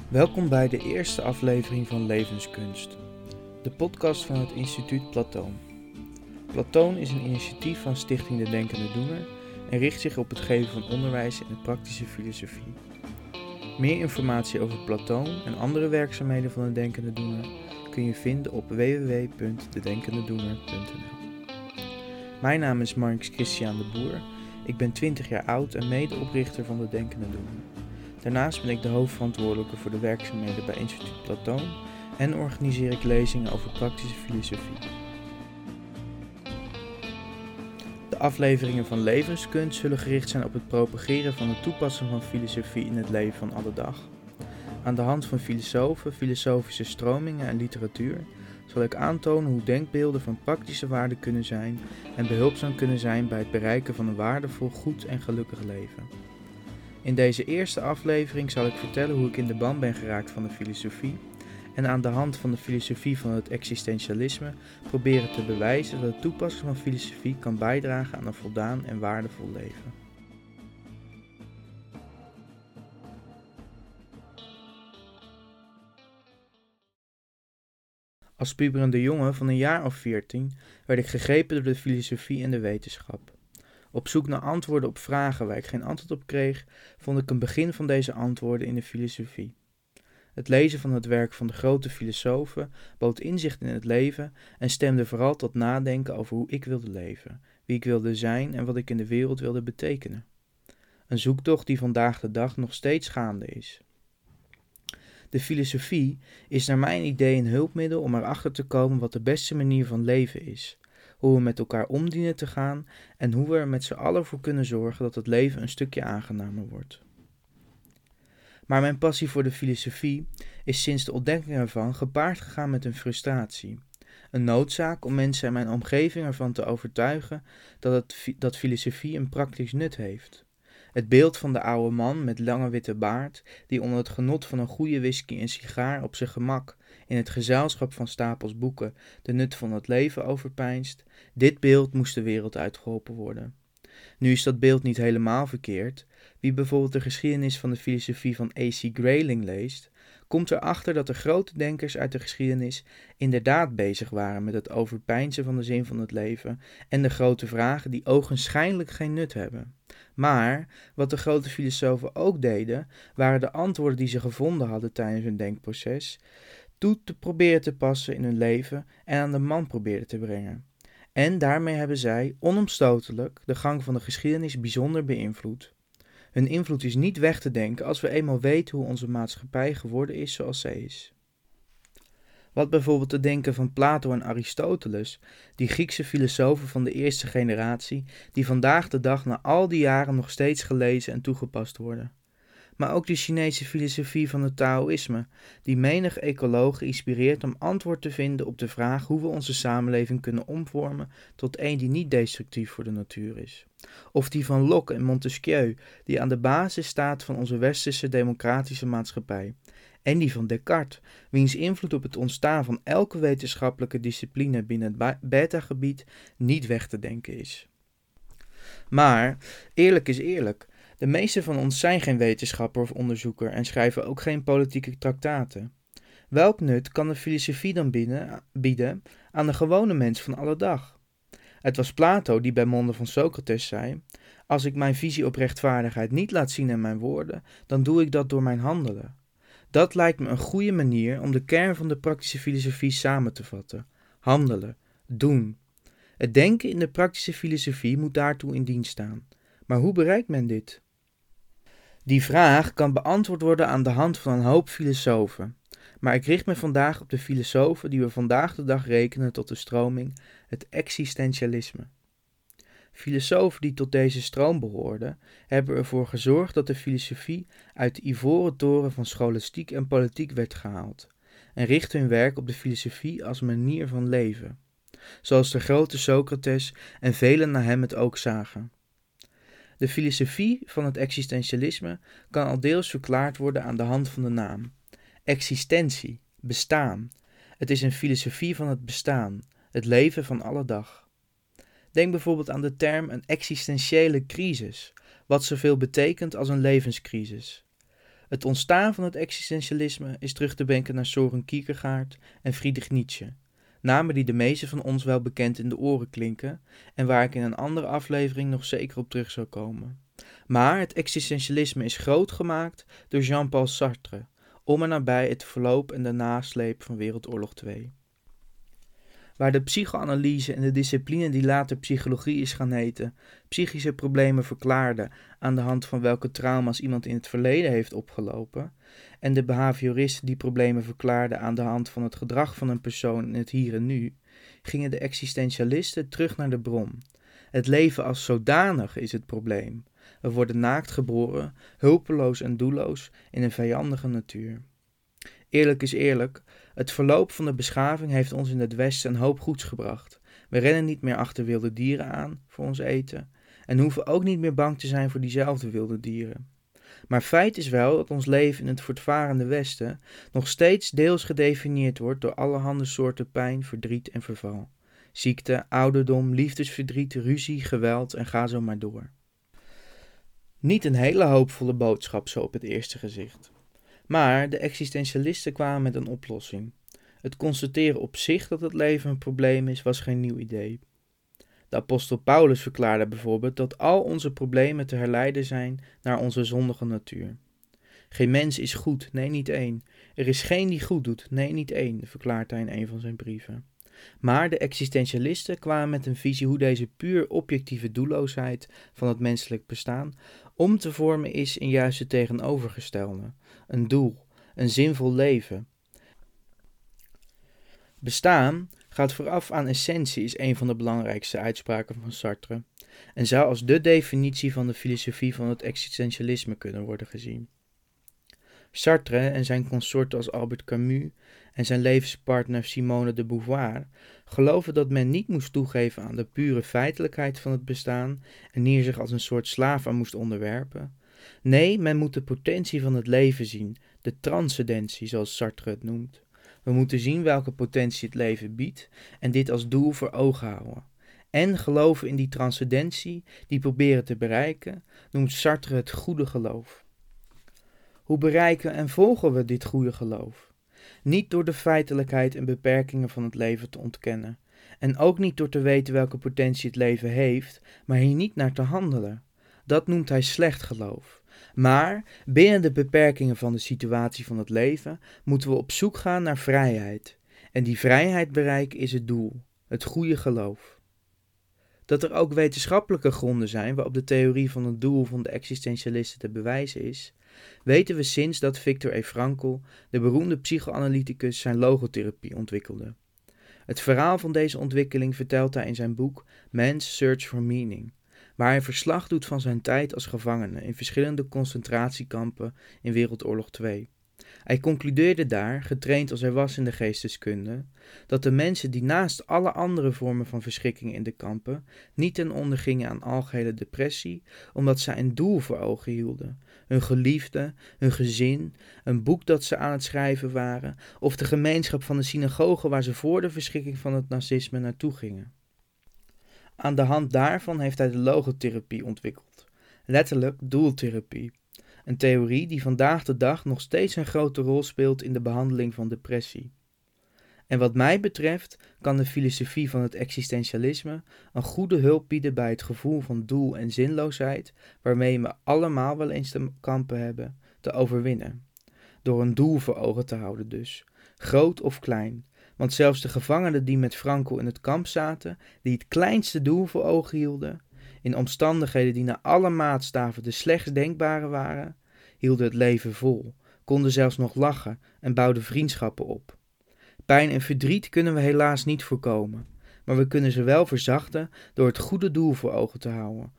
Welkom bij de eerste aflevering van Levenskunst, de podcast van het instituut Platoon. Platoon is een initiatief van Stichting De Denkende Doener en richt zich op het geven van onderwijs in de praktische filosofie. Meer informatie over Platoon en andere werkzaamheden van De Denkende Doener kun je vinden op www.dedenkendedoener.nl. Mijn naam is Marnix Christian de Boer, ik ben 20 jaar oud en medeoprichter van De Denkende Doener. Daarnaast ben ik de hoofdverantwoordelijke voor de werkzaamheden bij instituut Platoon en organiseer ik lezingen over praktische filosofie. De afleveringen van Levenskunst zullen gericht zijn op het propageren van het toepassen van filosofie in het leven van alle dag. Aan de hand van filosofen, filosofische stromingen en literatuur zal ik aantonen hoe denkbeelden van praktische waarde kunnen zijn en behulpzaam kunnen zijn bij het bereiken van een waardevol, goed en gelukkig leven. In deze eerste aflevering zal ik vertellen hoe ik in de ban ben geraakt van de filosofie en aan de hand van de filosofie van het existentialisme proberen te bewijzen dat het toepassen van filosofie kan bijdragen aan een voldaan en waardevol leven. Als puberende jongen van een jaar of 14 werd ik gegrepen door de filosofie en de wetenschap. Op zoek naar antwoorden op vragen waar ik geen antwoord op kreeg, vond ik een begin van deze antwoorden in de filosofie. Het lezen van het werk van de grote filosofen bood inzicht in het leven en stemde vooral tot nadenken over hoe ik wilde leven, wie ik wilde zijn en wat ik in de wereld wilde betekenen. Een zoektocht die vandaag de dag nog steeds gaande is. De filosofie is naar mijn idee een hulpmiddel om erachter te komen wat de beste manier van leven is, hoe we met elkaar om dienen te gaan en hoe we er met z'n allen voor kunnen zorgen dat het leven een stukje aangenamer wordt. Maar mijn passie voor de filosofie is sinds de ontdekking ervan gepaard gegaan met een frustratie. Een noodzaak om mensen in mijn omgeving ervan te overtuigen dat filosofie een praktisch nut heeft. Het beeld van de oude man met lange witte baard, die onder het genot van een goede whisky en sigaar op zijn gemak in het gezelschap van stapels boeken de nut van het leven overpeinst, dit beeld moest de wereld uitgeholpen worden. Nu is dat beeld niet helemaal verkeerd. Wie bijvoorbeeld de geschiedenis van de filosofie van A.C. Grayling leest, komt erachter dat de grote denkers uit de geschiedenis inderdaad bezig waren met het overpeinzen van de zin van het leven en de grote vragen die ogenschijnlijk geen nut hebben. Maar wat de grote filosofen ook deden, waren de antwoorden die ze gevonden hadden tijdens hun denkproces toe te proberen te passen in hun leven en aan de man proberen te brengen. En daarmee hebben zij onomstotelijk de gang van de geschiedenis bijzonder beïnvloed. Hun invloed is niet weg te denken als we eenmaal weten hoe onze maatschappij geworden is zoals zij is. Wat bijvoorbeeld te denken van Plato en Aristoteles, die Griekse filosofen van de eerste generatie, die vandaag de dag na al die jaren nog steeds gelezen en toegepast worden. Maar ook de Chinese filosofie van het Taoïsme, die menig ecoloog inspireert om antwoord te vinden op de vraag hoe we onze samenleving kunnen omvormen tot een die niet destructief voor de natuur is. Of die van Locke en Montesquieu, die aan de basis staat van onze westerse democratische maatschappij. En die van Descartes, wiens invloed op het ontstaan van elke wetenschappelijke discipline binnen het beta-gebied niet weg te denken is. Maar, eerlijk is eerlijk, de meesten van ons zijn geen wetenschapper of onderzoeker en schrijven ook geen politieke traktaten. Welk nut kan de filosofie dan bieden aan de gewone mens van alle dag? Het was Plato die bij monden van Socrates zei: als ik mijn visie op rechtvaardigheid niet laat zien in mijn woorden, dan doe ik dat door mijn handelen. Dat lijkt me een goede manier om de kern van de praktische filosofie samen te vatten. Handelen, doen. Het denken in de praktische filosofie moet daartoe in dienst staan. Maar hoe bereikt men dit? Die vraag kan beantwoord worden aan de hand van een hoop filosofen. Maar ik richt me vandaag op de filosofen die we vandaag de dag rekenen tot de stroming, het existentialisme. Filosofen die tot deze stroom behoorden, hebben ervoor gezorgd dat de filosofie uit de ivoren toren van scholastiek en politiek werd gehaald, en richtten hun werk op de filosofie als manier van leven, zoals de grote Socrates en velen na hem het ook zagen. De filosofie van het existentialisme kan al deels verklaard worden aan de hand van de naam. Existentie, bestaan. Het is een filosofie van het bestaan, het leven van alle dag. Denk bijvoorbeeld aan de term een existentiële crisis, wat zoveel betekent als een levenscrisis. Het ontstaan van het existentialisme is terug te denken naar Søren Kierkegaard en Friedrich Nietzsche, namen die de meesten van ons wel bekend in de oren klinken en waar ik in een andere aflevering nog zeker op terug zal komen. Maar het existentialisme is groot gemaakt door Jean-Paul Sartre, om en nabij het verloop en de nasleep van Wereldoorlog 2. Waar de psychoanalyse en de discipline die later psychologie is gaan heten, psychische problemen verklaarde aan de hand van welke trauma's iemand in het verleden heeft opgelopen, en de behavioristen die problemen verklaarden aan de hand van het gedrag van een persoon in het hier en nu, gingen de existentialisten terug naar de bron. Het leven als zodanig is het probleem. We worden naakt geboren, hulpeloos en doelloos in een vijandige natuur. Eerlijk is eerlijk, het verloop van de beschaving heeft ons in het Westen een hoop goeds gebracht. We rennen niet meer achter wilde dieren aan voor ons eten en hoeven ook niet meer bang te zijn voor diezelfde wilde dieren. Maar feit is wel dat ons leven in het voortvarende Westen nog steeds deels gedefinieerd wordt door allerhande soorten pijn, verdriet en verval. Ziekte, ouderdom, liefdesverdriet, ruzie, geweld en ga zo maar door. Niet een hele hoopvolle boodschap zo op het eerste gezicht. Maar de existentialisten kwamen met een oplossing. Het constateren op zich dat het leven een probleem is, was geen nieuw idee. De apostel Paulus verklaarde bijvoorbeeld dat al onze problemen te herleiden zijn naar onze zondige natuur. Geen mens is goed, nee niet één. Er is geen die goed doet, nee niet één, verklaart hij in een van zijn brieven. Maar de existentialisten kwamen met een visie hoe deze puur objectieve doelloosheid van het menselijk bestaan om te vormen is in juist het tegenovergestelde. Een doel, een zinvol leven. Bestaan gaat vooraf aan essentie is een van de belangrijkste uitspraken van Sartre en zou als de definitie van de filosofie van het existentialisme kunnen worden gezien. Sartre en zijn consorten als Albert Camus en zijn levenspartner Simone de Beauvoir geloven dat men niet moest toegeven aan de pure feitelijkheid van het bestaan en hier zich als een soort slaaf aan moest onderwerpen. Nee, men moet de potentie van het leven zien, de transcendentie zoals Sartre het noemt. We moeten zien welke potentie het leven biedt en dit als doel voor ogen houden. En geloven in die transcendentie, die proberen te bereiken, noemt Sartre het goede geloof. Hoe bereiken en volgen we dit goede geloof? Niet door de feitelijkheid en beperkingen van het leven te ontkennen. En ook niet door te weten welke potentie het leven heeft, maar hier niet naar te handelen. Dat noemt hij slecht geloof. Maar binnen de beperkingen van de situatie van het leven moeten we op zoek gaan naar vrijheid. En die vrijheid bereiken is het doel, het goede geloof. Dat er ook wetenschappelijke gronden zijn waarop de theorie van het doel van de existentialisten te bewijzen is, weten we sinds dat Viktor E. Frankl, de beroemde psychoanalyticus, zijn logotherapie ontwikkelde. Het verhaal van deze ontwikkeling vertelt hij in zijn boek Man's Search for Meaning, waar hij verslag doet van zijn tijd als gevangene in verschillende concentratiekampen in Wereldoorlog 2. Hij concludeerde daar, getraind als hij was in de geesteskunde, dat de mensen die naast alle andere vormen van verschrikking in de kampen niet ten onder gingen aan algehele depressie, omdat zij een doel voor ogen hielden, hun geliefde, hun gezin, een boek dat ze aan het schrijven waren, of de gemeenschap van de synagoge waar ze voor de verschrikking van het nazisme naartoe gingen. Aan de hand daarvan heeft hij de logotherapie ontwikkeld, letterlijk doeltherapie. Een theorie die vandaag de dag nog steeds een grote rol speelt in de behandeling van depressie. En wat mij betreft kan de filosofie van het existentialisme een goede hulp bieden bij het gevoel van doel en zinloosheid waarmee we allemaal wel eens te kampen hebben, te overwinnen. Door een doel voor ogen te houden dus, groot of klein. Want zelfs de gevangenen die met Frankl in het kamp zaten, die het kleinste doel voor ogen hielden, in omstandigheden die naar alle maatstaven de slechtst denkbare waren, hielden het leven vol, konden zelfs nog lachen en bouwden vriendschappen op. Pijn en verdriet kunnen we helaas niet voorkomen, maar we kunnen ze wel verzachten door het goede doel voor ogen te houden.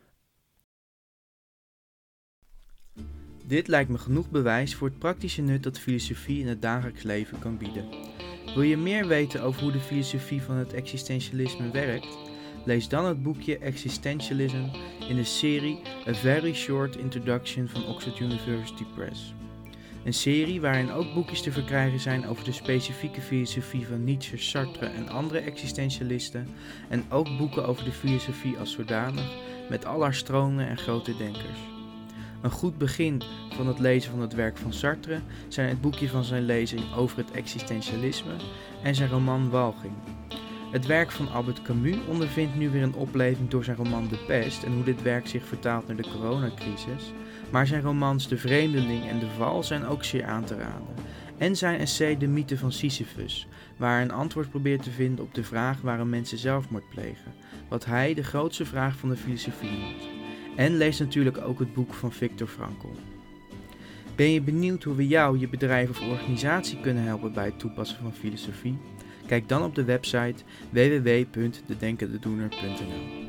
Dit lijkt me genoeg bewijs voor het praktische nut dat filosofie in het dagelijks leven kan bieden. Wil je meer weten over hoe de filosofie van het existentialisme werkt? Lees dan het boekje Existentialism in de serie A Very Short Introduction van Oxford University Press. Een serie waarin ook boekjes te verkrijgen zijn over de specifieke filosofie van Nietzsche, Sartre en andere existentialisten en ook boeken over de filosofie als zodanig met al haar stromingen en grote denkers. Een goed begin van het lezen van het werk van Sartre zijn het boekje van zijn lezing over het existentialisme en zijn roman Walging. Het werk van Albert Camus ondervindt nu weer een opleving door zijn roman De Pest en hoe dit werk zich vertaalt naar de coronacrisis, maar zijn romans De Vreemdeling en De Val zijn ook zeer aan te raden. En zijn essay De Mythe van Sisyphus, waar hij een antwoord probeert te vinden op de vraag waarom mensen zelfmoord plegen, wat hij de grootste vraag van de filosofie noemt. En lees natuurlijk ook het boek van Viktor Frankl. Ben je benieuwd hoe we jou, je bedrijf of organisatie kunnen helpen bij het toepassen van filosofie? Kijk dan op de website www.dedenkendedoener.nl.